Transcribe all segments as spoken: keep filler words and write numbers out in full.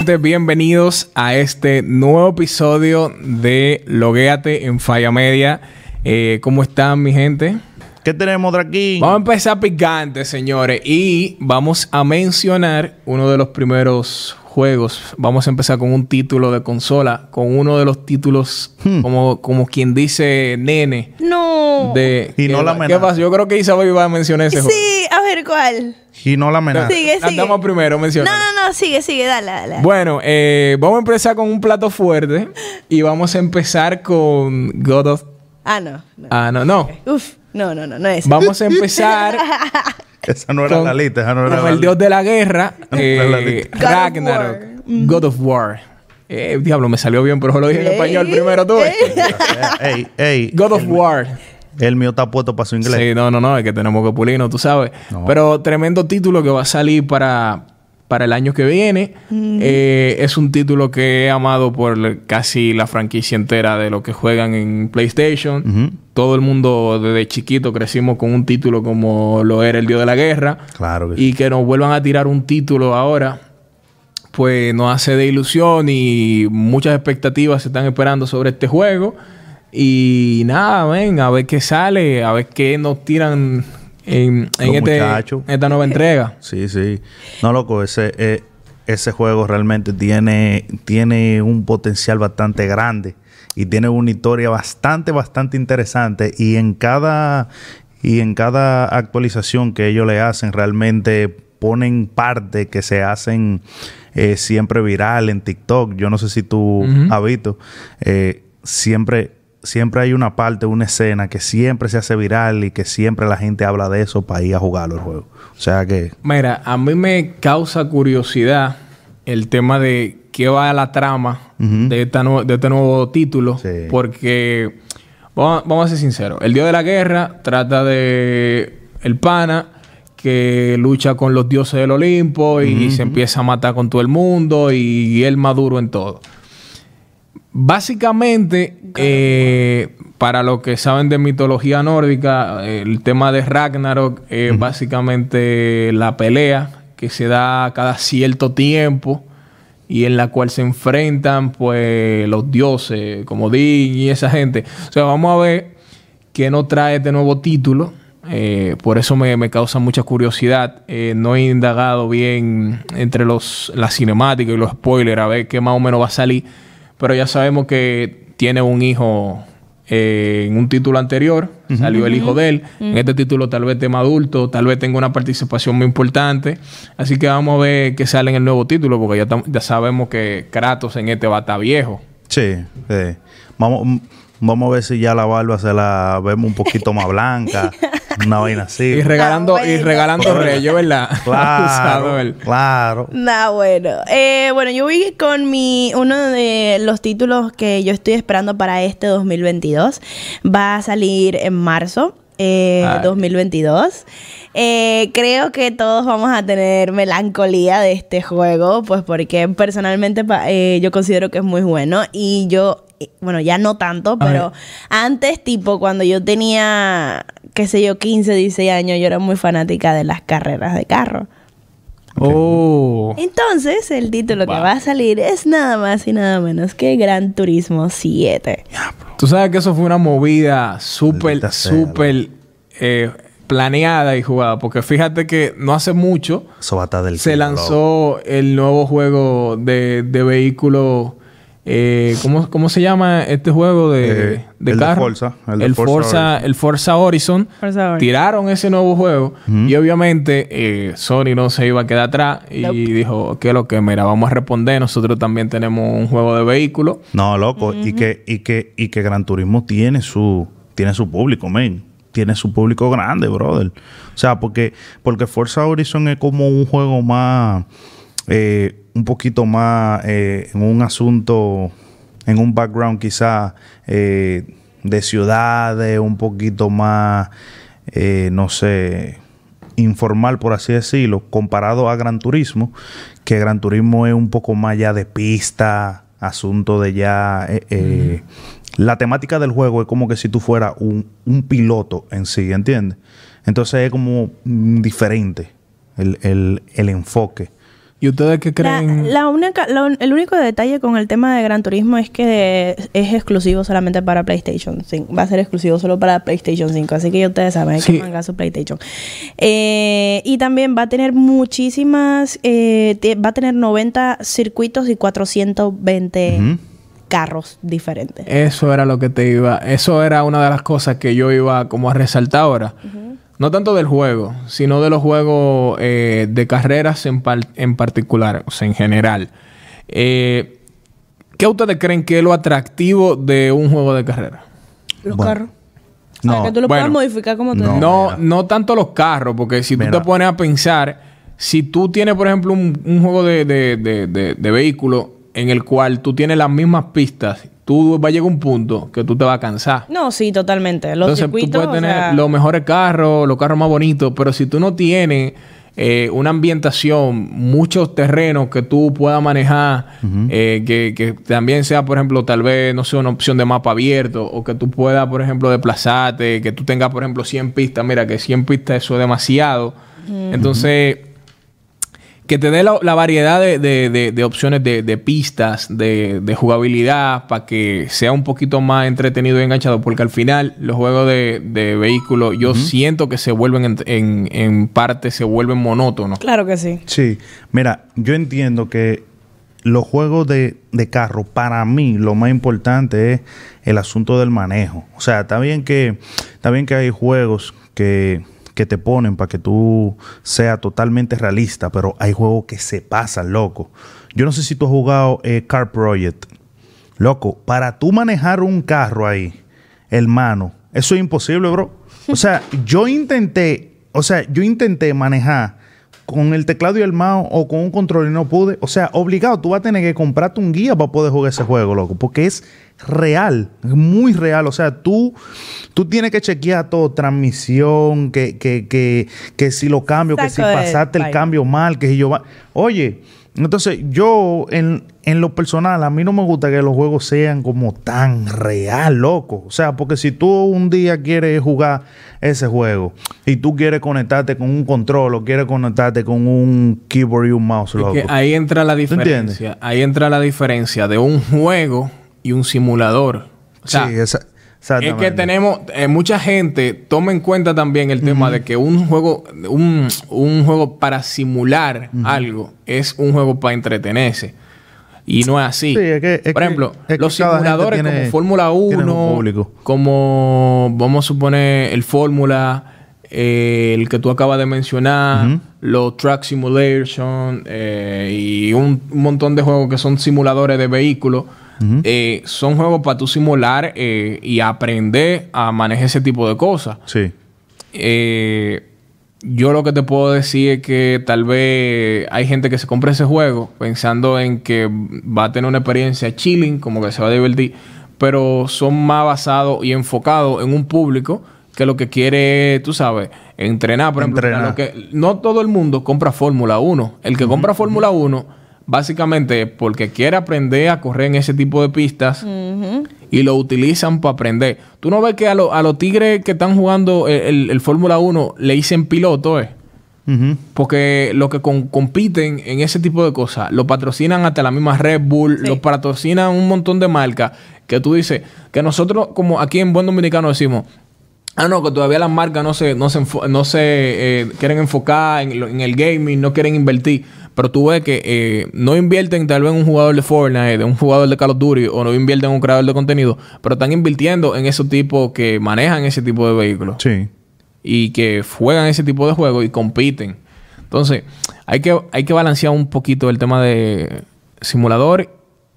gente, bienvenidos a este nuevo episodio de Loguéate en Falla Media. Eh, ¿Cómo están, mi gente? ¿Qué tenemos de aquí? Vamos a empezar picante, señores, y vamos a mencionar uno de los primeros juegos. Vamos a empezar con un título de consola, con uno de los títulos, hmm. como, como quien dice nene. No. De, y no la amenaza. ¿Qué pasa? Yo creo que Isabel iba a mencionar ese sí, juego. Sí, a ver, ¿cuál? Y no la amenaza. Sigue, sigue. Andamos primero, menciona. No, no, no, sigue, sigue, dale, dale. Bueno, eh, vamos a empezar con un plato fuerte y vamos a empezar con God of... Ah, no. no. Ah, no, no. Uf, no, no, no, no es. Vamos a empezar... Esa no era con, la lista, esa no era con la el dios de la guerra, no eh, la Ragnarok, God of War. Eh, diablo, me salió bien, pero lo dije en español primero, tú. Ey, ey. God of el, War. El mío está puesto para su inglés. Sí, no, no, no, es que tenemos que pulirnos, tú sabes. No. Pero tremendo título que va a salir para, para el año que viene. Mm. Eh, es un título que he amado por casi la franquicia entera de lo que juegan en PlayStation. Uh-huh. Todo el mundo desde chiquito crecimos con un título como lo era el Dios de la Guerra. Claro que sí. Y que nos vuelvan a tirar un título ahora, pues nos hace de ilusión y muchas expectativas se están esperando sobre este juego. Y nada, ven, a ver qué sale, a ver qué nos tiran en, en este, esta nueva entrega. Sí, sí. No, loco, ese, eh, ese juego realmente tiene, tiene un potencial bastante grande y tiene una historia bastante, bastante interesante. Y en cada, y en cada actualización que ellos le hacen, realmente ponen parte que se hacen eh, siempre viral en TikTok. Yo no sé si tú uh-huh. has visto. Eh, siempre... Siempre hay una parte, una escena que siempre se hace viral y que siempre la gente habla de eso para ir a jugarlo el juego. O sea que... Mira, a mí me causa curiosidad el tema de qué va a la trama uh-huh. de, esta no, de este nuevo título. Sí. Porque, vamos, vamos a ser sinceros, el Dios de la Guerra trata de el pana que lucha con los dioses del Olimpo y uh-huh. se empieza a matar con todo el mundo y él maduro en todo. Básicamente, eh, para los que saben de mitología nórdica, el tema de Ragnarok es uh-huh. básicamente la pelea que se da cada cierto tiempo y en la cual se enfrentan pues los dioses como Odín y esa gente. O sea, vamos a ver qué nos trae este nuevo título. Eh, por eso me, me causa mucha curiosidad. Eh, no he indagado bien entre los las cinemáticas y los spoilers a ver qué más o menos va a salir. Pero ya sabemos que tiene un hijo eh, en un título anterior. Uh-huh. Salió el hijo de él. Uh-huh. En este título tal vez tema adulto. Tal vez tenga una participación muy importante. Así que vamos a ver qué sale en el nuevo título. Porque ya, tam- ya sabemos que Kratos en este va a estar viejo. Sí. sí. Vamos, vamos a ver si ya la barba se la vemos un poquito más blanca. Una vaina así. Y regalando, nah, bueno. y regalando reyes, ¿verdad? Claro, claro. Nah, bueno. Eh, bueno, yo voy con mi... Uno de los títulos que yo estoy esperando para este dos mil veintidós. Va a salir en marzo eh, dos mil veintidós. Eh, creo que todos vamos a tener melancolía de este juego. Pues porque personalmente eh, yo considero que es muy bueno. Y yo... Bueno, ya no tanto, pero antes, tipo, cuando yo tenía, qué sé yo, quince, dieciséis años, yo era muy fanática de las carreras de carro. Oh. Entonces, el título wow. que va a salir es nada más y nada menos que Gran Turismo siete. Tú sabes que eso fue una movida súper, súper eh, planeada y jugada. Porque fíjate que no hace mucho eso va a estar del se cielo, lanzó loco. el nuevo juego de, de vehículos... Eh, ¿cómo, ¿Cómo se llama este juego de, eh, de el carro? De Forza, el, el de Forza, Forza Horizon. El Forza Horizon. Forza Horizon. Tiraron ese nuevo juego. Uh-huh. Y obviamente eh, Sony no se iba a quedar atrás. Y nope. dijo, ¿qué es lo que? Mira, vamos a responder. Nosotros también tenemos un juego de vehículos. No, loco. Uh-huh. Y que, y que, y que Gran Turismo tiene su, tiene su público, man. Tiene su público grande, brother. O sea, porque, porque Forza Horizon es como un juego más... Eh, un poquito más eh, en un asunto, en un background quizá eh, de ciudades, un poquito más, eh, no sé, informal, por así decirlo, comparado a Gran Turismo, que Gran Turismo es un poco más ya de pista, asunto de ya... Eh, eh, mm. La temática del juego es como que si tú fueras un, un piloto en sí, ¿entiendes? Entonces es como mm, diferente el, el, el enfoque. ¿Y ustedes qué creen? La, la única, la, el único detalle con el tema de Gran Turismo es que es exclusivo solamente para PlayStation cinco. Va a ser exclusivo solo para PlayStation cinco. Así que ya ustedes saben, hay sí. que mangar su PlayStation. Eh, y también va a tener muchísimas... Eh, te, va a tener noventa circuitos y cuatrocientos veinte... Uh-huh. carros diferentes. Eso era lo que te iba... Eso era una de las cosas que yo iba como a resaltar ahora. Uh-huh. No tanto del juego, sino de los juegos eh, de carreras en, par en particular, o sea, en general. Eh, ¿Qué ustedes creen que es lo atractivo de un juego de carrera? Los bueno, carros. No. O sea, que tú lo bueno, puedas modificar como tú no, no, no tanto los carros, porque si mira. tú te pones a pensar, si tú tienes, por ejemplo, un, un juego de, de, de, de, de vehículo en el cual tú tienes las mismas pistas, tú va a llegar un punto que tú te vas a cansar. No, sí, totalmente. Los Entonces, circuitos, tú puedes tener o sea... los mejores carros, los carros más bonitos, pero si tú no tienes eh, una ambientación, muchos terrenos que tú puedas manejar, uh-huh. eh, que, que también sea, por ejemplo, tal vez, no sé, una opción de mapa abierto, o que tú puedas, por ejemplo, desplazarte, que tú tengas, por ejemplo, cien pistas. Mira, que cien pistas eso es demasiado. Uh-huh. Entonces... que te dé la, la variedad de, de, de, de opciones de, de pistas, de, de jugabilidad, para que sea un poquito más entretenido y enganchado. Porque al final, los juegos de, de vehículos, yo uh-huh. siento que se vuelven, en, en, en parte, se vuelven monótonos. Claro que sí. Sí. Mira, yo entiendo que los juegos de, de carro, para mí, lo más importante es el asunto del manejo. O sea, está bien que, está bien que hay juegos que... que te ponen para que tú seas totalmente realista, pero hay juegos que se pasan, loco. Yo no sé si tú has jugado eh, Car Project. Loco, para tú manejar un carro ahí, hermano, eso es imposible, bro. O sea, yo intenté, o sea, yo intenté manejar con el teclado y el mouse o con un control y no pude. O sea, obligado, tú vas a tener que comprarte un guía para poder jugar ese juego, loco, porque es real, es muy real. O sea, tú, tú tienes que chequear todo, transmisión, que, que, que, que si lo cambio, Saco que si pasaste el bye. cambio mal, que si yo va... Oye, entonces yo en, en lo personal, a mí no me gusta que los juegos sean como tan real, loco. O sea, porque si tú un día quieres jugar ese juego y tú quieres conectarte con un control o quieres conectarte con un keyboard y un mouse, loco. Es que ahí entra la diferencia. Ahí entra la diferencia de un juego y un simulador. O sea, sí, esa, es que tenemos... Eh, mucha gente toma en cuenta también el tema uh-huh. de que un juego... Un, un juego para simular uh-huh. algo es un juego para entretenerse. Y no es así. Sí, es que, es Por ejemplo, que, los simuladores tiene, como Fórmula uno, como... Vamos a suponer el Fórmula... Eh, el que tú acabas de mencionar, uh-huh. los Track Simulation eh, y un, un montón de juegos que son simuladores de vehículos. Uh-huh. Eh, son juegos para tú simular eh, y aprender a manejar ese tipo de cosas. Sí. Eh, yo lo que te puedo decir es que tal vez hay gente que se compra ese juego pensando en que va a tener una experiencia chilling, como que se va a divertir, pero son más basados y enfocados en un público que lo que quiere, tú sabes, entrenar. Por ejemplo, entrenar. Lo que, no todo el mundo compra Fórmula uno. El que uh-huh. compra Fórmula uno... básicamente porque quiere aprender a correr en ese tipo de pistas uh-huh. y lo utilizan para aprender. ¿Tú no ves que a, lo, a los tigres que están jugando el, el, el Fórmula uno le dicen piloto, eh? Uh-huh. Porque los que con, compiten en ese tipo de cosas lo patrocinan hasta la misma Red Bull, sí. los patrocinan un montón de marcas que tú dices que nosotros, como aquí en Buen Dominicano decimos, ah, no, que todavía las marcas no se, no se, no se eh, quieren enfocar en, en el gaming, no quieren invertir. Pero tú ves que eh, no invierten tal vez en un jugador de Fortnite, de un jugador de Call of Duty, o no invierten en un creador de contenido, pero están invirtiendo en esos tipos que manejan ese tipo de vehículos. Sí. Y que juegan ese tipo de juegos y compiten. Entonces, hay que, hay que balancear un poquito el tema de simulador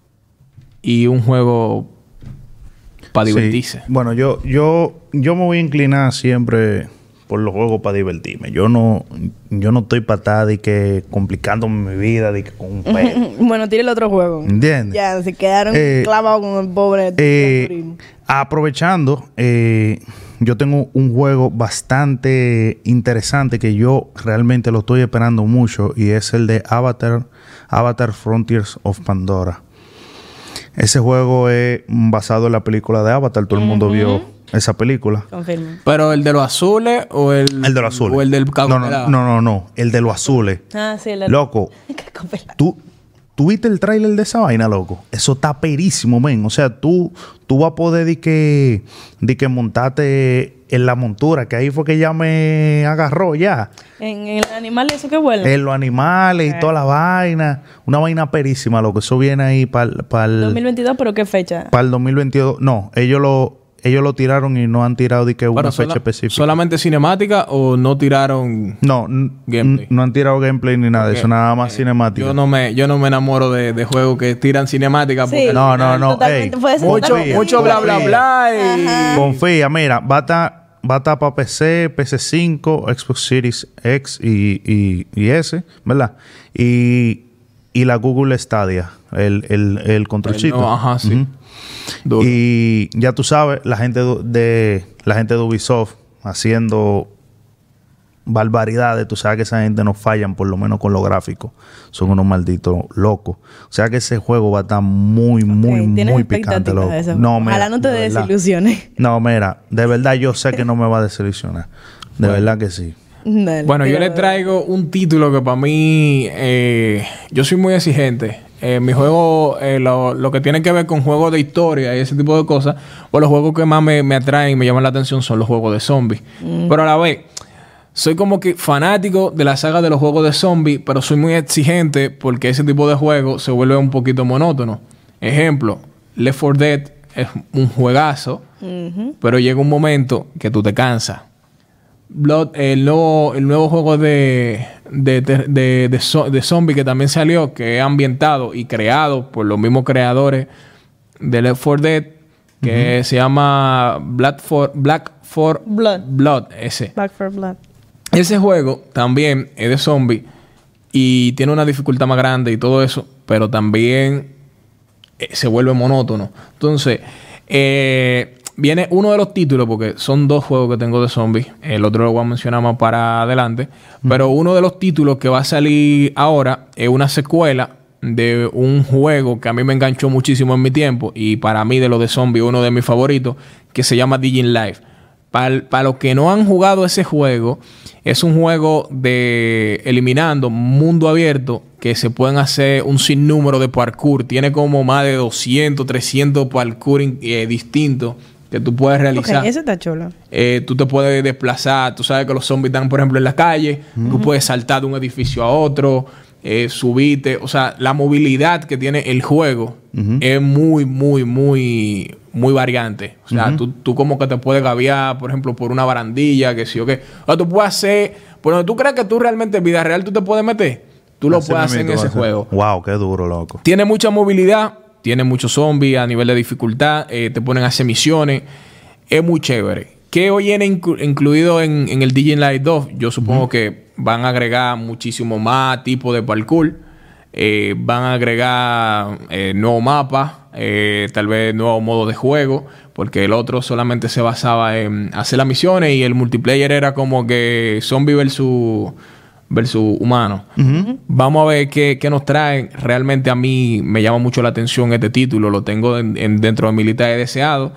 y un juego para divertirse. Sí. Bueno, yo, yo, yo me voy a inclinar siempre por los juegos para divertirme. Yo no, yo no estoy patada de que complicándome mi vida, de que con un perro. Bueno, tira el otro juego. ¿Entiendes? Ya, se quedaron eh, clavados con el pobre. Eh, aprovechando, eh, yo tengo un juego bastante interesante que yo realmente lo estoy esperando mucho y es el de Avatar, Avatar Frontiers of Pandora. Ese juego es basado en la película de Avatar. Todo el mundo uh-huh. vio esa película. Confirmo. ¿Pero el de los azules o el... El de los azules. O el del no, no, no, no, no. El de los azules. Ah, sí. El... Loco. tú... ¿Tú viste el tráiler de esa vaina, loco? Eso está perísimo, men. O sea, tú, tú vas a poder de que, de que montarte en la montura, que ahí fue que ya me agarró ya. En, en los animales, eso que vuelan. En los animales okay. y toda la vaina. Una vaina perísima, loco. Eso viene ahí para el... dos mil veintidós, ¿pero qué fecha? Para el dos mil veintidós. No, ellos lo... Ellos lo tiraron y no han tirado de que una fecha sola, específica. ¿Solamente cinemática o no tiraron no, gameplay? No han tirado gameplay ni nada de eso, nada más eh, cinemática. Yo no me, yo no me enamoro de, de juegos que tiran cinemática. Sí, porque no, no, no. Ey, mucho, mucho bla, bla, bla. Y... Ajá. Confía, mira, va a estar, va a estar para P C, P S cinco, Xbox Series X y, y, y S, ¿verdad? Y, y la Google Stadia, el, el, el controlcito. El, no, ajá, sí. Uh-huh. Duro. Y ya tú sabes, la gente de la gente de Ubisoft haciendo barbaridades. Tú sabes que esa gente no fallan, por lo menos con los gráficos. Son unos malditos locos. O sea que ese juego va a estar muy, muy, okay, muy picante, loco. No, mira, ojalá no te de desilusiones. No, mira, de verdad yo sé que no me va a desilusionar. De bueno. verdad que sí. Dale, bueno, yo le traigo un título que para mí... Eh, yo soy muy exigente. Eh, mi juego, eh, lo, lo que tiene que ver con juegos de historia y ese tipo de cosas, pues los juegos que más me, me atraen y me llaman la atención son los juegos de zombies. Mm. Pero a la vez, soy como que fanático de la saga de los juegos de zombies, pero soy muy exigente porque ese tipo de juegos se vuelve un poquito monótono. Ejemplo, Left four Dead es un juegazo, mm-hmm. pero llega un momento que tú te cansas. Blood, el nuevo, el nuevo juego de, de, de, de, de, zo- de zombie que también salió, que es ambientado y creado por los mismos creadores de Left four Dead, que uh-huh. se llama Black for, Black for Blood. Blood, ese. Black for Blood. Ese juego también es de zombie y tiene una dificultad más grande y todo eso, pero también eh, se vuelve monótono. Entonces, eh... viene uno de los títulos, porque son dos juegos que tengo de zombies. El otro lo voy a mencionar más para adelante. Mm. Pero uno de los títulos que va a salir ahora es una secuela de un juego que a mí me enganchó muchísimo en mi tiempo. Y para mí, de los de zombies, uno de mis favoritos, que se llama Digin Life. Para, para los que no han jugado ese juego, es un juego de eliminando mundo abierto que se pueden hacer un sinnúmero de parkour. Tiene como más de doscientos, trescientos parkour eh, distintos que tú puedes realizar. Ok, eso está chulo. Eh, tú te puedes desplazar. Tú sabes que los zombies están, por ejemplo, en la calle. Uh-huh. Tú puedes saltar de un edificio a otro, eh, subirte. O sea, la movilidad que tiene el juego uh-huh. es muy, muy, muy, muy variante. O sea, uh-huh. tú, tú como que te puedes gaviar, por ejemplo, por una barandilla, que sí o qué. O tú puedes hacer... Por donde tú crees que tú realmente en vida real tú te puedes meter, tú lo Así puedes hacer en ese juego. Wow, qué duro, loco. Tiene mucha movilidad. Tiene muchos zombies a nivel de dificultad. Eh, te ponen a hacer misiones. Es muy chévere. ¿Qué hoy viene inclu- incluido en, en el Digin Light dos? Yo supongo uh-huh. que van a agregar muchísimo más tipos de parkour. Eh, van a agregar eh, nuevos mapas. Eh, tal vez nuevos modos de juego. Porque el otro solamente se basaba en hacer las misiones. Y el multiplayer era como que zombie versus... versus humanos. Uh-huh. Vamos a ver qué, qué nos traen. Realmente a mí me llama mucho la atención este título. Lo tengo en, en, dentro de mi lista de deseados.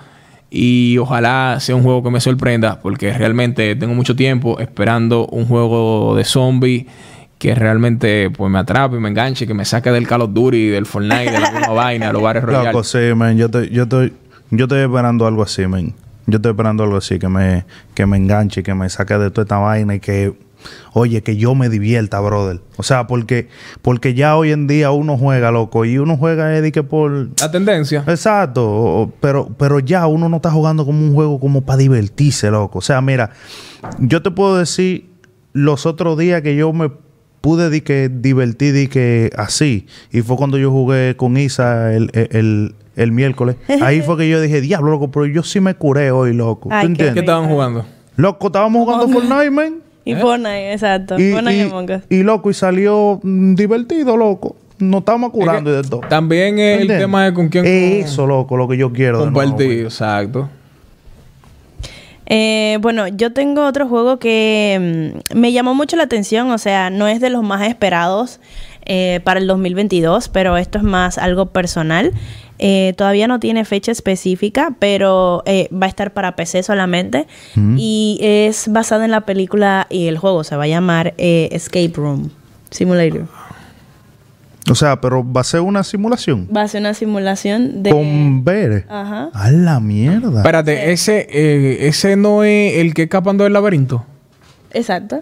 Y ojalá sea un juego que me sorprenda. Porque realmente tengo mucho tiempo esperando un juego de zombies que realmente pues me atrape y me enganche. Que me saque del Call of Duty, del Fortnite, de la misma vaina, de los bares royales. Loco, sí, man. Yo estoy, yo, estoy, yo estoy esperando algo así, man. Yo estoy esperando algo así que me, que me enganche, que me saque de toda esta vaina y que... Oye, que yo me divierta, brother. O sea, porque porque ya hoy en día uno juega, loco. Y uno juega, Eddie, que por... La tendencia. Exacto. Pero, pero ya uno no está jugando como un juego como para divertirse, loco. O sea, mira, yo te puedo decir los otros días que yo me pude di que divertir di que así. Y fue cuando yo jugué con Isa el... el, el el miércoles. Ahí fue que yo dije, diablo, loco, pero yo sí me curé hoy, loco. Ay, ¿tú entiendes? ¿Qué estaban jugando? Loco, estábamos jugando Fortnite, man. Y ¿Eh? Fortnite, exacto. Y, Fortnite y, y Among Us. Y loco, y salió mm, divertido, loco. Nos estamos curando es y de todo. También es el tema de con quién... Eso, loco, lo que yo quiero. Compartir, exacto. Eh, bueno, yo tengo otro juego que mm, me llamó mucho la atención, o sea, no es de los más esperados eh, para el dos mil veintidós, pero esto es más algo personal. Eh, todavía no tiene fecha específica, pero eh, va a estar para P C solamente. Mm. Y es basado en la película y el juego se va a llamar eh, Escape Room Simulator. O sea, pero va a ser una simulación. Va a ser una simulación de... Con ver. Ajá. A la mierda. Espérate, Sí. ese, eh, ese no es el que escapando del laberinto. Exacto.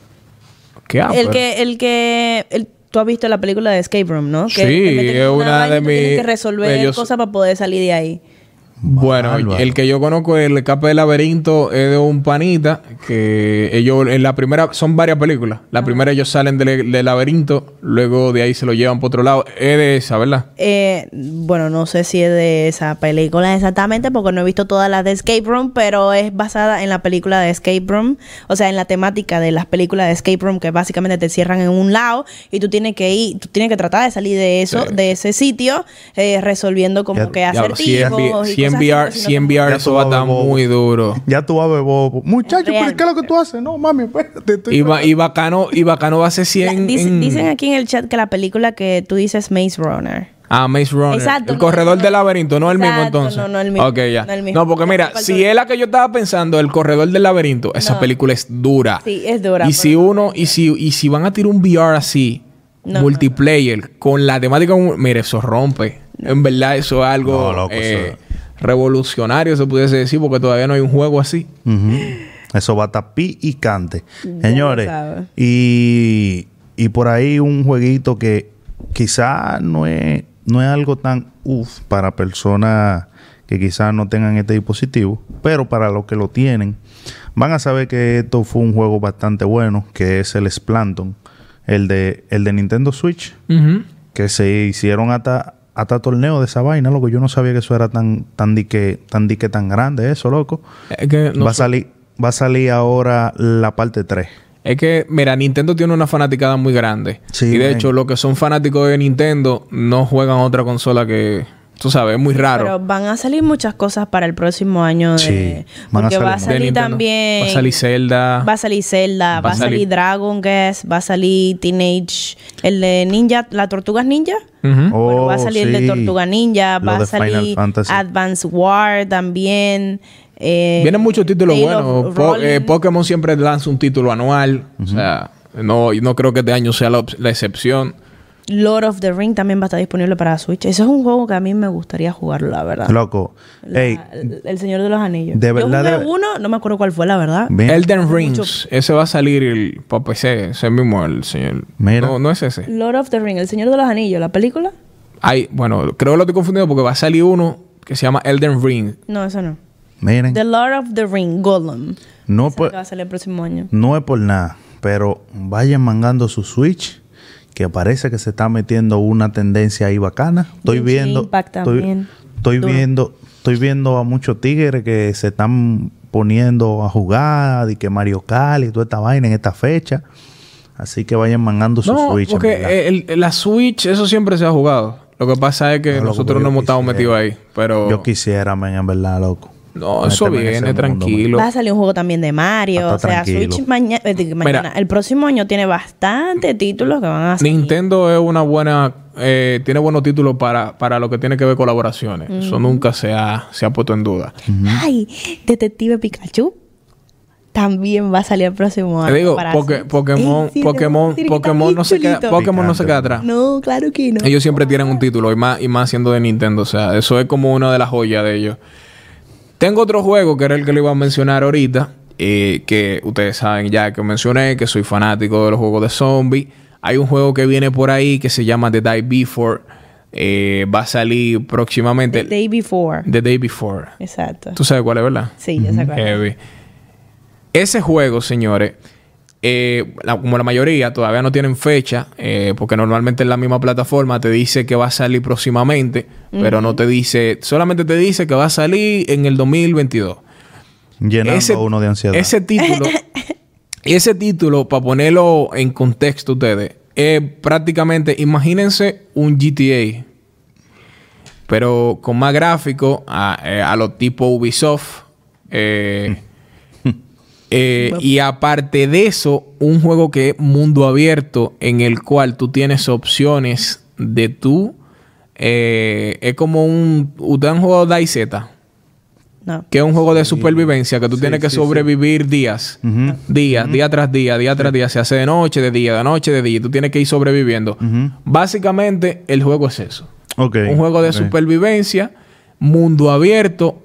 ¿Qué ah, El pero- que... El que el, tú has visto la película de Escape Room, ¿no? Que Sí, te meten en es una vaina de y tú tienes mis- que resolver ellos- cosas para poder salir de ahí. Bueno, Bárbaro. el que yo conozco, el escape del laberinto, es de un panita que ellos en la primera, son varias películas. La primera ellos salen del, del laberinto, luego de ahí se lo llevan por otro lado. Es de esa, ¿verdad? Eh, bueno, no sé si es de esa película exactamente porque no he visto todas las de Escape Room, pero es basada en la película de Escape Room, o sea, en la temática de las películas de Escape Room que básicamente te cierran en un lado y tú tienes que ir, tú tienes que tratar de salir de eso, Sí. de ese sitio, eh, resolviendo como Ya- que Ya, si es acertijos y si en cosas V R, así, si en V R Ya eso tú va a vas a estar ver bobo. muy duro. Ya tú vas a ver bobo. Muchacho, Real. pero ¿qué es lo que tú haces? No, mami, espérate. estoy Y, va- tratando. y bacano, y bacano va a ser si La- en, dice- en- Dicen aquí en el chat que la película que tú dices Maze Runner. Ah, Maze Runner. Exacto, El no, corredor no, del laberinto, no el mismo exacto, entonces. no, no el mismo, Ok, ya. no el mismo. No, porque mira, Falta- si es la que yo estaba pensando, el corredor del laberinto, esa No. película es dura. Sí, es dura. Y si pero- uno, y si, y si van a tirar un V R así, No, multiplayer, con la temática, mire, eso rompe. En verdad, eso es algo No, loco, eh, eso- revolucionario, se pudiese decir, porque todavía no hay un juego así. Ujú. Eso va a tapir y cante. Ya Señores, lo sabe. y, y por ahí un jueguito que quizá no es, no es algo tan uff para personas que quizás no tengan este dispositivo, pero para los que lo tienen, van a saber que esto fue un juego bastante bueno, que es el Splanton, el de, el de Nintendo Switch, Ujú. que se hicieron hasta hasta torneo de esa vaina, loco. Yo no sabía que eso era tan tan dique tan dique tan grande eso, loco. Es que, no va a sé. salir va a salir ahora la parte tres. Es que, mira, Nintendo tiene una fanaticada muy grande. Sí, y de man. hecho, los que son fanáticos de Nintendo no juegan otra consola que... Tú sabes, es muy raro. Pero van a salir muchas cosas para el próximo año. De, Sí, van a porque va a salir De salir Nintendo. también. Va a salir Zelda. Va a salir Zelda, va, a salir, salir- Dragon Quest, va a salir Teenage. El de Ninja, ¿la Tortugas Ninja? Ujú. Oh, Bueno, va a salir el de sí. Tortuga Ninja, Lo va a de Final salir Fantasy. Advance War también. Eh, Vienen muchos títulos Tale buenos. of Po- Rolling. eh, Pokémon siempre lanza un título anual. O sea, no, no creo que este año sea la, op- la excepción. Lord of the Ring también va a estar disponible para Switch. Eso es un juego que a mí me gustaría jugarlo, la verdad. Loco. La- Ey, el, el Señor de los Anillos. de Yo verdad, jugué de- uno, no me acuerdo cuál fue, la verdad. ven, Elden Rings. Ese va a salir para P C. Ese mismo, el señor. Mira. No, no es ese. Lord of the Ring, El Señor de los Anillos, la película. Hay, bueno, creo que lo estoy confundiendo porque va a salir uno que se llama Elden Ring. No, eso no. miren, The Lord of the Ring, Gollum. no, Ese por- que va a salir el próximo año. no es por nada, pero vayan mangando su Switch, que parece que se está metiendo una tendencia ahí bacana. Estoy Genshin viendo, Impact estoy, también. estoy Duro. viendo, estoy viendo a muchos tigres que se están poniendo a jugar y que Mario Kart y toda esta vaina en esta fecha. Así que vayan mangando su No, Switch. en porque verdad. el- el- la Switch, eso siempre se ha jugado. Lo que pasa es que No, loco, nosotros pero no yo hemos estado quisiera. metidos ahí. Pero Yo quisiera, men, en verdad, loco. no, eso Méteme en ese viene mundo, tranquilo. Va a salir un juego también de Mario. Está O sea, tranquilo. Switch maña- eh, digo, mañana. Mira. El próximo año tiene bastante títulos que van a salir. Nintendo es una buena... eh, tiene buenos títulos para, para lo que tiene que ver colaboraciones. Eso nunca se ha, se ha puesto en duda. Ay, Detective Pikachu. También va a salir el próximo año. Te digo, para porque Switch. Pokémon, Ey, sí, Pokémon, tiene que estar Pokémon bien no se queda, chulito. Pokémon no se queda Picante. atrás. No, claro que no. Ellos siempre tienen un título y más, y más siendo de Nintendo. O sea, eso es como una de las joyas de ellos. Tengo otro juego que era el que le iba a mencionar ahorita. eh, que ustedes saben ya que mencioné que soy fanático de los juegos de zombies. Hay un juego que viene por ahí que se llama The Day Before. Eh, va a salir próximamente. The Day Before. The Day Before. Exacto. ¿Tú sabes cuál es, verdad? Sí, ya sé cuál es. Heavy. Ese juego, señores, eh, la- como la mayoría todavía no tienen fecha, eh, porque normalmente en la misma plataforma te dice que va a salir próximamente, pero no te dice, solamente te dice que va a salir en el dos mil veintidós. Llenando ese- a uno de ansiedad. Ese título, ese título, para ponerlo en contexto ustedes, es prácticamente, imagínense un G T A, pero con más gráficos a, eh, a los tipo Ubisoft. Eh, Eh, y aparte de eso, un juego que es mundo abierto en el cual tú tienes opciones de tú... Eh, es como un... ¿Ustedes han jugado DayZ? No. Que es un juego de supervivencia que tú Sí, tienes que sí, sobrevivir sí. días. Uh-huh. Días, uh-huh. día tras día, día sí. tras día. Se hace de noche, de día, de noche, de día. Y tú tienes que ir sobreviviendo. Uh-huh. Básicamente, el juego es eso. Okay. Un juego de okay. supervivencia, mundo abierto,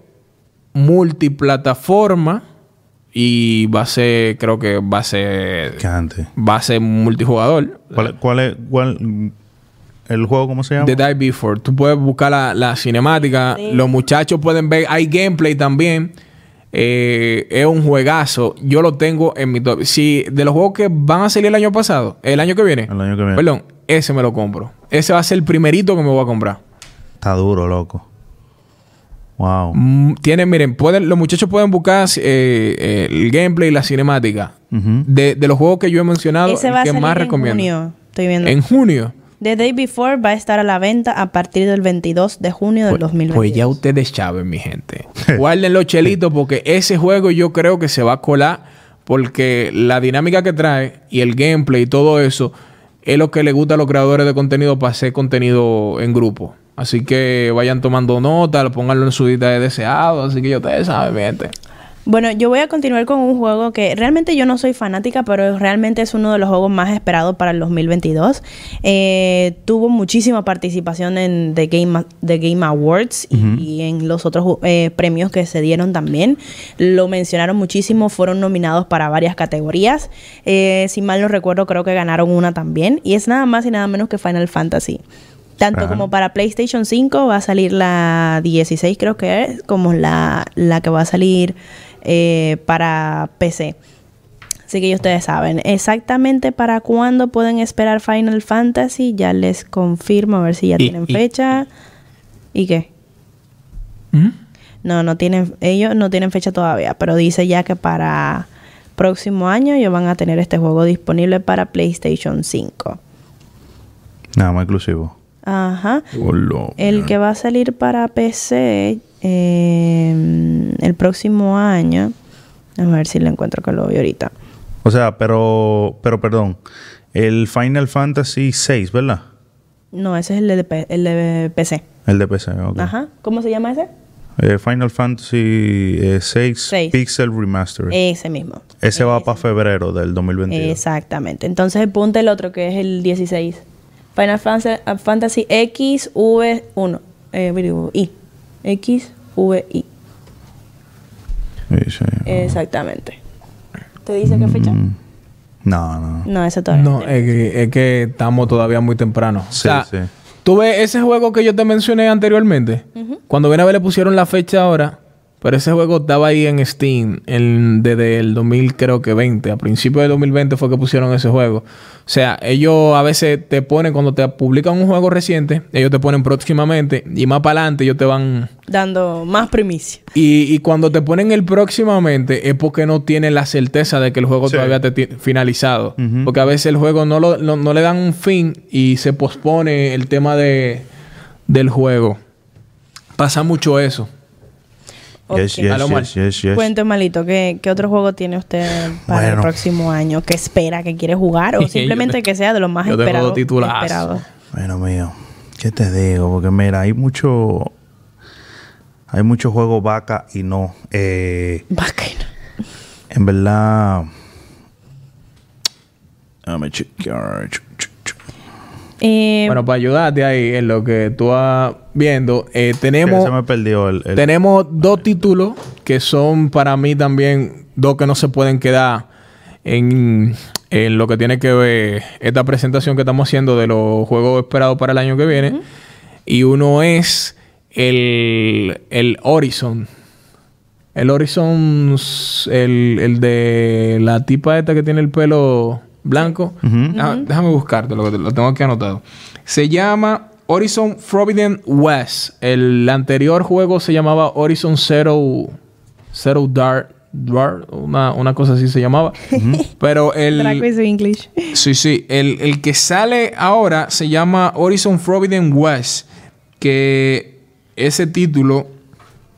multiplataforma. Y va a ser, creo que va a ser... ¿Qué antes? Va a ser multijugador. ¿Cuál, cuál es...? Cuál, ¿El juego cómo se llama? The Die Before. Tú puedes buscar la, la cinemática. Sí. Los muchachos pueden ver. Hay gameplay también. Eh, es un juegazo. Yo lo tengo en mi top. Si de los juegos que van a salir el año pasado, el año que viene. El año que viene. Perdón, ese me lo compro. Ese va a ser el primerito que me voy a comprar. Está duro, loco. Wow. Mm, tienen, miren, pueden, los muchachos pueden buscar eh, eh, el gameplay y la cinemática. Uh-huh. de, de los juegos que yo he mencionado, ese el va que a salir más en recomiendo. Junio. Estoy viendo. En junio. The Day Before va a estar a la venta a partir del veintidós de junio del pues, dos mil veinte. Pues ya ustedes saben, mi gente. Guarden los chelitos porque ese juego yo creo que se va a colar porque la dinámica que trae y el gameplay y todo eso es lo que le gusta a los creadores de contenido para hacer contenido en grupo. Así que vayan tomando nota, pónganlo en su lista de deseados. Así que ya ustedes saben, mi gente. Bueno, yo voy a continuar con un juego que realmente yo no soy fanática, pero realmente es uno de los juegos más esperados para el dos mil veintidós. Eh, tuvo muchísima participación en The Game, The Game Awards uh-huh. y, y en los otros eh, premios que se dieron también. Lo mencionaron muchísimo, fueron nominados para varias categorías. Eh, si mal no recuerdo, creo que ganaron una también. Y es nada más y nada menos que Final Fantasy. Tanto Ajá. como para PlayStation cinco va a salir la dieciséis, creo que es, como la, la que va a salir eh, para P C. Así que ya ustedes saben. Exactamente para cuándo pueden esperar Final Fantasy, ya les confirmo, a ver si ya y, tienen y, fecha. ¿Y qué? ¿Mm? No, no tienen, ellos no tienen fecha todavía, pero dice ya que para próximo año ellos van a tener este juego disponible para PlayStation cinco. Nada más exclusivo. Ajá. Hola, el man. que va a salir para P C eh, el próximo año. A ver si lo encuentro, que lo vi ahorita. O sea, pero, pero perdón. El Final Fantasy seis, ¿verdad? No, ese es el de, P- el de P C. El de P C, ok. Ajá. ¿Cómo se llama ese? Eh, Final Fantasy eh, seis, seis Pixel Remastered. Ese mismo. Ese, ese va para febrero del dos mil veintidós. Exactamente. Entonces ponte el otro, que es el dieciséis. Final Fantasy X V uno. Eh, I. X V I. Sí, sí. Exactamente. ¿Te dice qué fecha? Mm, no, no. No, eso todavía no. No, es que, es que estamos todavía muy temprano. Sí, o sea, sí. Tú ves ese juego que yo te mencioné anteriormente. Uh-huh. Cuando viene a ver le pusieron la fecha ahora. Pero ese juego estaba ahí en Steam en, desde el dos mil, creo que veinte. A principios del dos mil veinte fue que pusieron ese juego. O sea, ellos a veces te ponen, cuando te publican un juego reciente, ellos te ponen próximamente. Y más para adelante ellos te van... dando más primicia. Y, y cuando te ponen el próximamente es porque no tienen la certeza de que el juego sí. todavía está t- finalizado. Uh-huh. Porque a veces el juego no, lo, no, no le dan un fin y se pospone el tema de, del juego. Pasa mucho eso. Okay. Yes, yes, yes, yes, yes. Cuente, Malito, ¿qué, ¿qué otro juego tiene usted para bueno. el próximo año? ¿Qué espera? ¿Qué quiere jugar? O simplemente te, que sea de los más esperados. Esperado. Bueno, mío, ¿qué te digo? Porque mira, hay mucho... Hay mucho juego vaca y no. Eh, vaca y no. En verdad... Déjame chequear... Eh, bueno, para ayudarte ahí en lo que tú vas viendo, eh, tenemos... Se me perdió el, el... Tenemos dos títulos que son para mí también dos que no se pueden quedar en, en lo que tiene que ver esta presentación que estamos haciendo de los juegos esperados para el año que viene. Uh-huh. Y uno es el, el Horizon. El Horizon, el, el de la tipa esta que tiene el pelo... blanco. Uh-huh. Ah, déjame buscarte, lo, lo tengo aquí anotado. Se llama Horizon Forbidden West. El anterior juego se llamaba Horizon Zero... Zero Dark... Dark una, una cosa así se llamaba. Uh-huh. Pero el... Draco is English. Sí, sí. El, el que sale ahora se llama Horizon Forbidden West. Que ese título...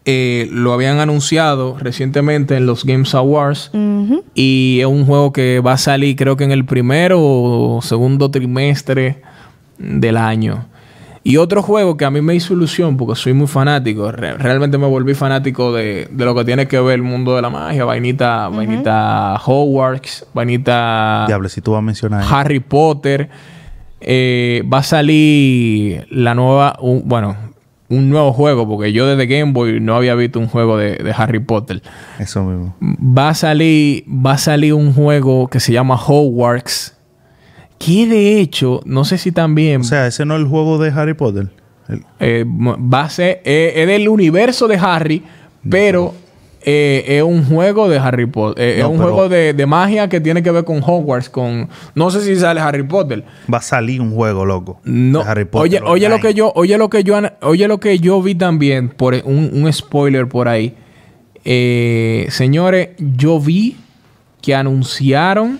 eh, lo habían anunciado recientemente en los Games Awards. Uh-huh. Y es un juego que va a salir creo que en el primero o segundo trimestre del año. Y otro juego que a mí me hizo ilusión porque soy muy fanático. Re- realmente me volví fanático de, de lo que tiene que ver el mundo de la magia. Vainita, uh-huh. vainita Hogwarts, vainita... Diable, si tú vas a mencionar... Harry Potter. Eh, va a salir la nueva... Un, bueno, un nuevo juego. Porque yo desde Game Boy no había visto un juego de, de Harry Potter. Eso mismo. Va a salir... Va a salir un juego que se llama Hogwarts. Que de hecho, no sé si también... O sea, ese no es el juego de Harry Potter. El... Eh, va a ser... Eh, es del universo de Harry, pero eh, es un juego de Harry Potter. Eh, no, es un pero... juego de, de magia que tiene que ver con Hogwarts, con... No sé si sale Harry Potter. Va a salir un juego, loco. No. De Harry Potter. Oye, oye lo que yo... Oye lo que yo... Oye lo que yo vi también, por un, un spoiler por ahí. Eh, señores, yo vi que anunciaron...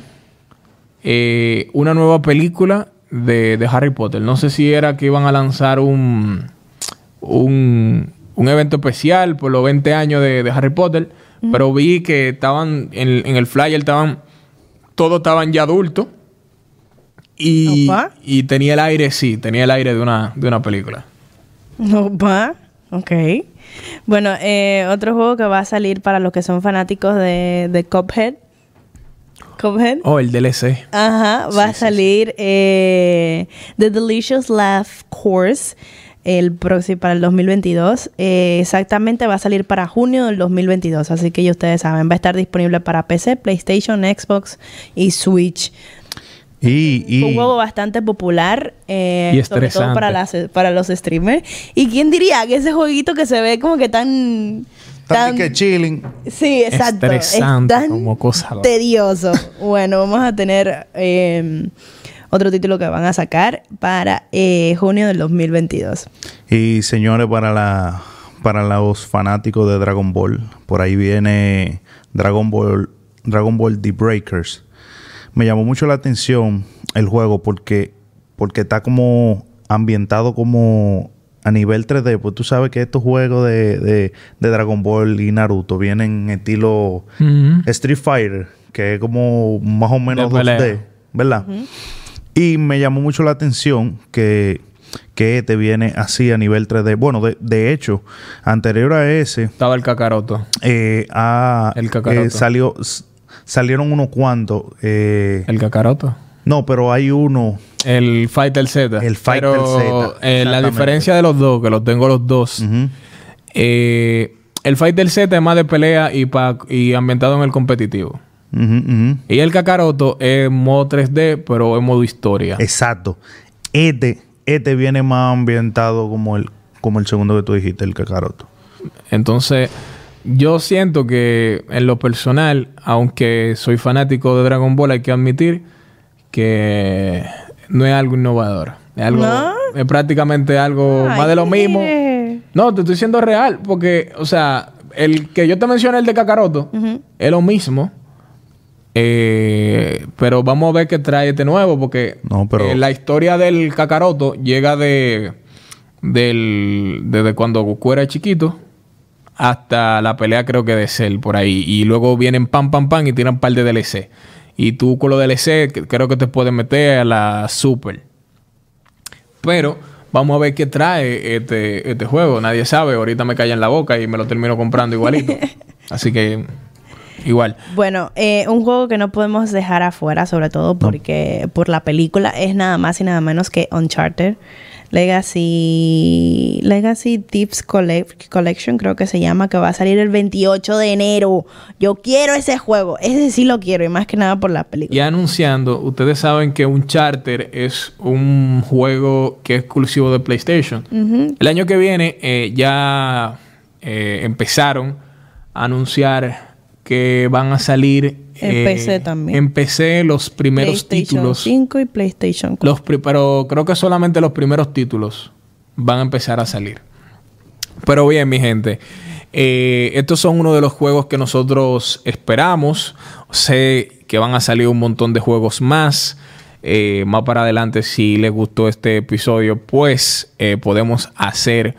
Eh, una nueva película de, de Harry Potter. No sé si era que iban a lanzar un, un, un evento especial por los veinte años de, de Harry Potter. Mm. Pero vi que estaban en, en el flyer, estaban todos estaban ya adultos. Y, y tenía el aire, sí, tenía el aire de una, de una película. Opa, ok. Bueno, eh, otro juego que va a salir para los que son fanáticos de, de Cuphead. Cuphead. Oh, el D L C. Ajá. Va sí, a salir sí, sí. Eh, The Delicious Laugh Course el próximo para el dos mil veintidós. Eh, exactamente va a salir para junio del dos mil veintidós. Así que ya ustedes saben, va a estar disponible para P C, PlayStation, Xbox y Switch. Y, y... un juego bastante popular. Eh, y sobre todo para, las, para los streamers. ¿Y quién diría que ese jueguito que se ve como que tan... Tan que chilling. Sí, exacto. Estresante, es tan como cosa. tedioso. Bueno, vamos a tener eh, otro título que van a sacar para eh, junio del dos mil veintidós. Y señores, para la para los fanáticos de Dragon Ball, por ahí viene Dragon Ball Dragon Ball The Breakers. Me llamó mucho la atención el juego porque porque está como ambientado como a nivel tres D, pues tú sabes que estos juegos de, de, de Dragon Ball y Naruto vienen en estilo uh-huh. Street Fighter, que es como más o menos dos D, ¿verdad? Uh-huh. Y me llamó mucho la atención que, que este viene así a nivel tres D. Bueno, de, de hecho, anterior a ese... Estaba el Kakaroto. Eh, a, el Kakaroto. Eh, salió, salieron unos cuantos. Eh, ¿El Kakaroto? No, pero hay uno... El Fighter Z. El Fighter Pero, Z. Eh, la diferencia de los dos, que los tengo los dos. Uh-huh. Eh, el Fighter Z es más de pelea y, pa, y ambientado en el competitivo. Uh-huh, uh-huh. Y el Kakaroto es modo tres D, pero es modo historia. Exacto. Este, este viene más ambientado como el, como el segundo que tú dijiste, el Kakaroto. Entonces, yo siento que en lo personal, aunque soy fanático de Dragon Ball, hay que admitir que... no es algo innovador. Es algo... ¿No? Es prácticamente algo Ay, más de lo mismo. Mire. No, te estoy diciendo real. Porque, o sea... El que yo te mencioné, el de Kakaroto... Uh-huh. Es lo mismo. Eh... Pero vamos a ver qué trae este nuevo. Porque... No, pero... Eh, la historia del Kakaroto... Llega de... Del... Desde cuando Goku era chiquito... Hasta la pelea creo que de Cell. Por ahí. Y luego vienen pam, pam, pam... Y tiran un par de D L C. Y tú con los D L C creo que te puedes meter a la Super. Pero vamos a ver qué trae este, este juego. Nadie sabe. Ahorita me calla en la boca y me lo termino comprando igualito. Así que igual. Bueno, eh, un juego que no podemos dejar afuera, sobre todo porque no. por la película, es nada más y nada menos que Uncharted. Legacy Legacy Tips Collect, Collection, creo que se llama, que va a salir el veintiocho de enero. Yo quiero ese juego. Ese sí lo quiero, y más que nada por la película. Y anunciando, ustedes saben que Uncharted es un juego que es exclusivo de PlayStation. Uh-huh. El año que viene eh, ya eh, empezaron a anunciar que van a salir... En eh, P C también. En P C los primeros títulos. PlayStation cinco y PlayStation cuatro. Los pri- pero creo que solamente los primeros títulos van a empezar a salir. Pero bien, mi gente. Eh, estos son uno de los juegos que nosotros esperamos. Sé que van a salir un montón de juegos más. Eh, más para adelante, si les gustó este episodio, pues eh, podemos hacer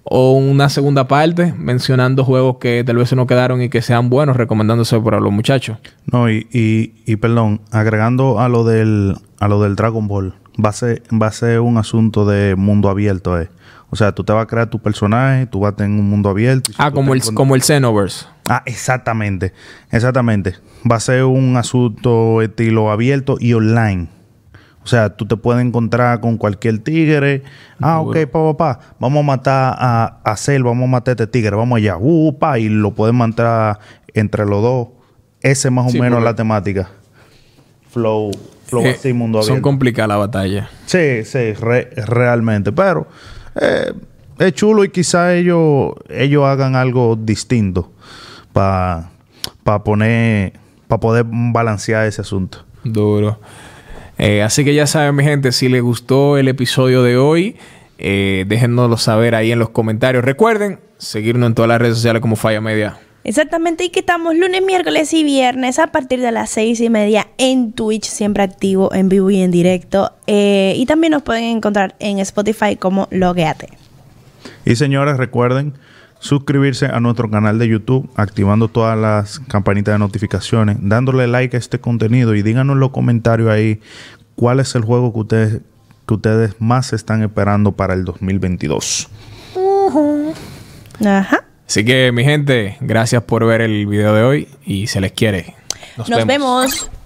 o una segunda parte mencionando juegos que tal vez se nos quedaron y que sean buenos, recomendándose para los muchachos. No, y, y, y perdón, agregando a lo del a lo del Dragon Ball, va a ser, va a ser un asunto de mundo abierto, eh. O sea, tú te vas a crear tu personaje, tú vas a tener un mundo abierto. Ah, como el, como el Xenoverse. Ah, exactamente. Exactamente. Va a ser un asunto estilo abierto y online. O sea, tú te puedes encontrar con cualquier tigre. Ah, ok, pa, pa, pa. Vamos a matar a, a Cell, vamos a matar a este tigre. Vamos allá. Uh, pa, y lo pueden matar entre los dos. Ese es más o sí, menos la temática. Flow, flow eh, así, mundo abierto. Son complicadas las batallas. Sí, sí, re, realmente. Pero... Eh, es chulo y quizá ellos ellos hagan algo distinto para pa poner para poder balancear ese asunto. Duro. Eh, así que ya saben, mi gente, si les gustó el episodio de hoy, eh, déjennoslo saber ahí en los comentarios. Recuerden seguirnos en todas las redes sociales como Falla Media. Exactamente, y que estamos lunes, miércoles y viernes a partir de las seis y media en Twitch, siempre activo, en vivo y en directo. Eh, y también nos pueden encontrar en Spotify como Logueate. Y señores, recuerden suscribirse a nuestro canal de YouTube, activando todas las campanitas de notificaciones, dándole like a este contenido y díganos en los comentarios ahí cuál es el juego que ustedes, que ustedes más están esperando para el dos mil veintidós. Uh-huh. Ajá. Así que, mi gente, gracias por ver el video de hoy y se les quiere. Nos, Nos vemos. vemos.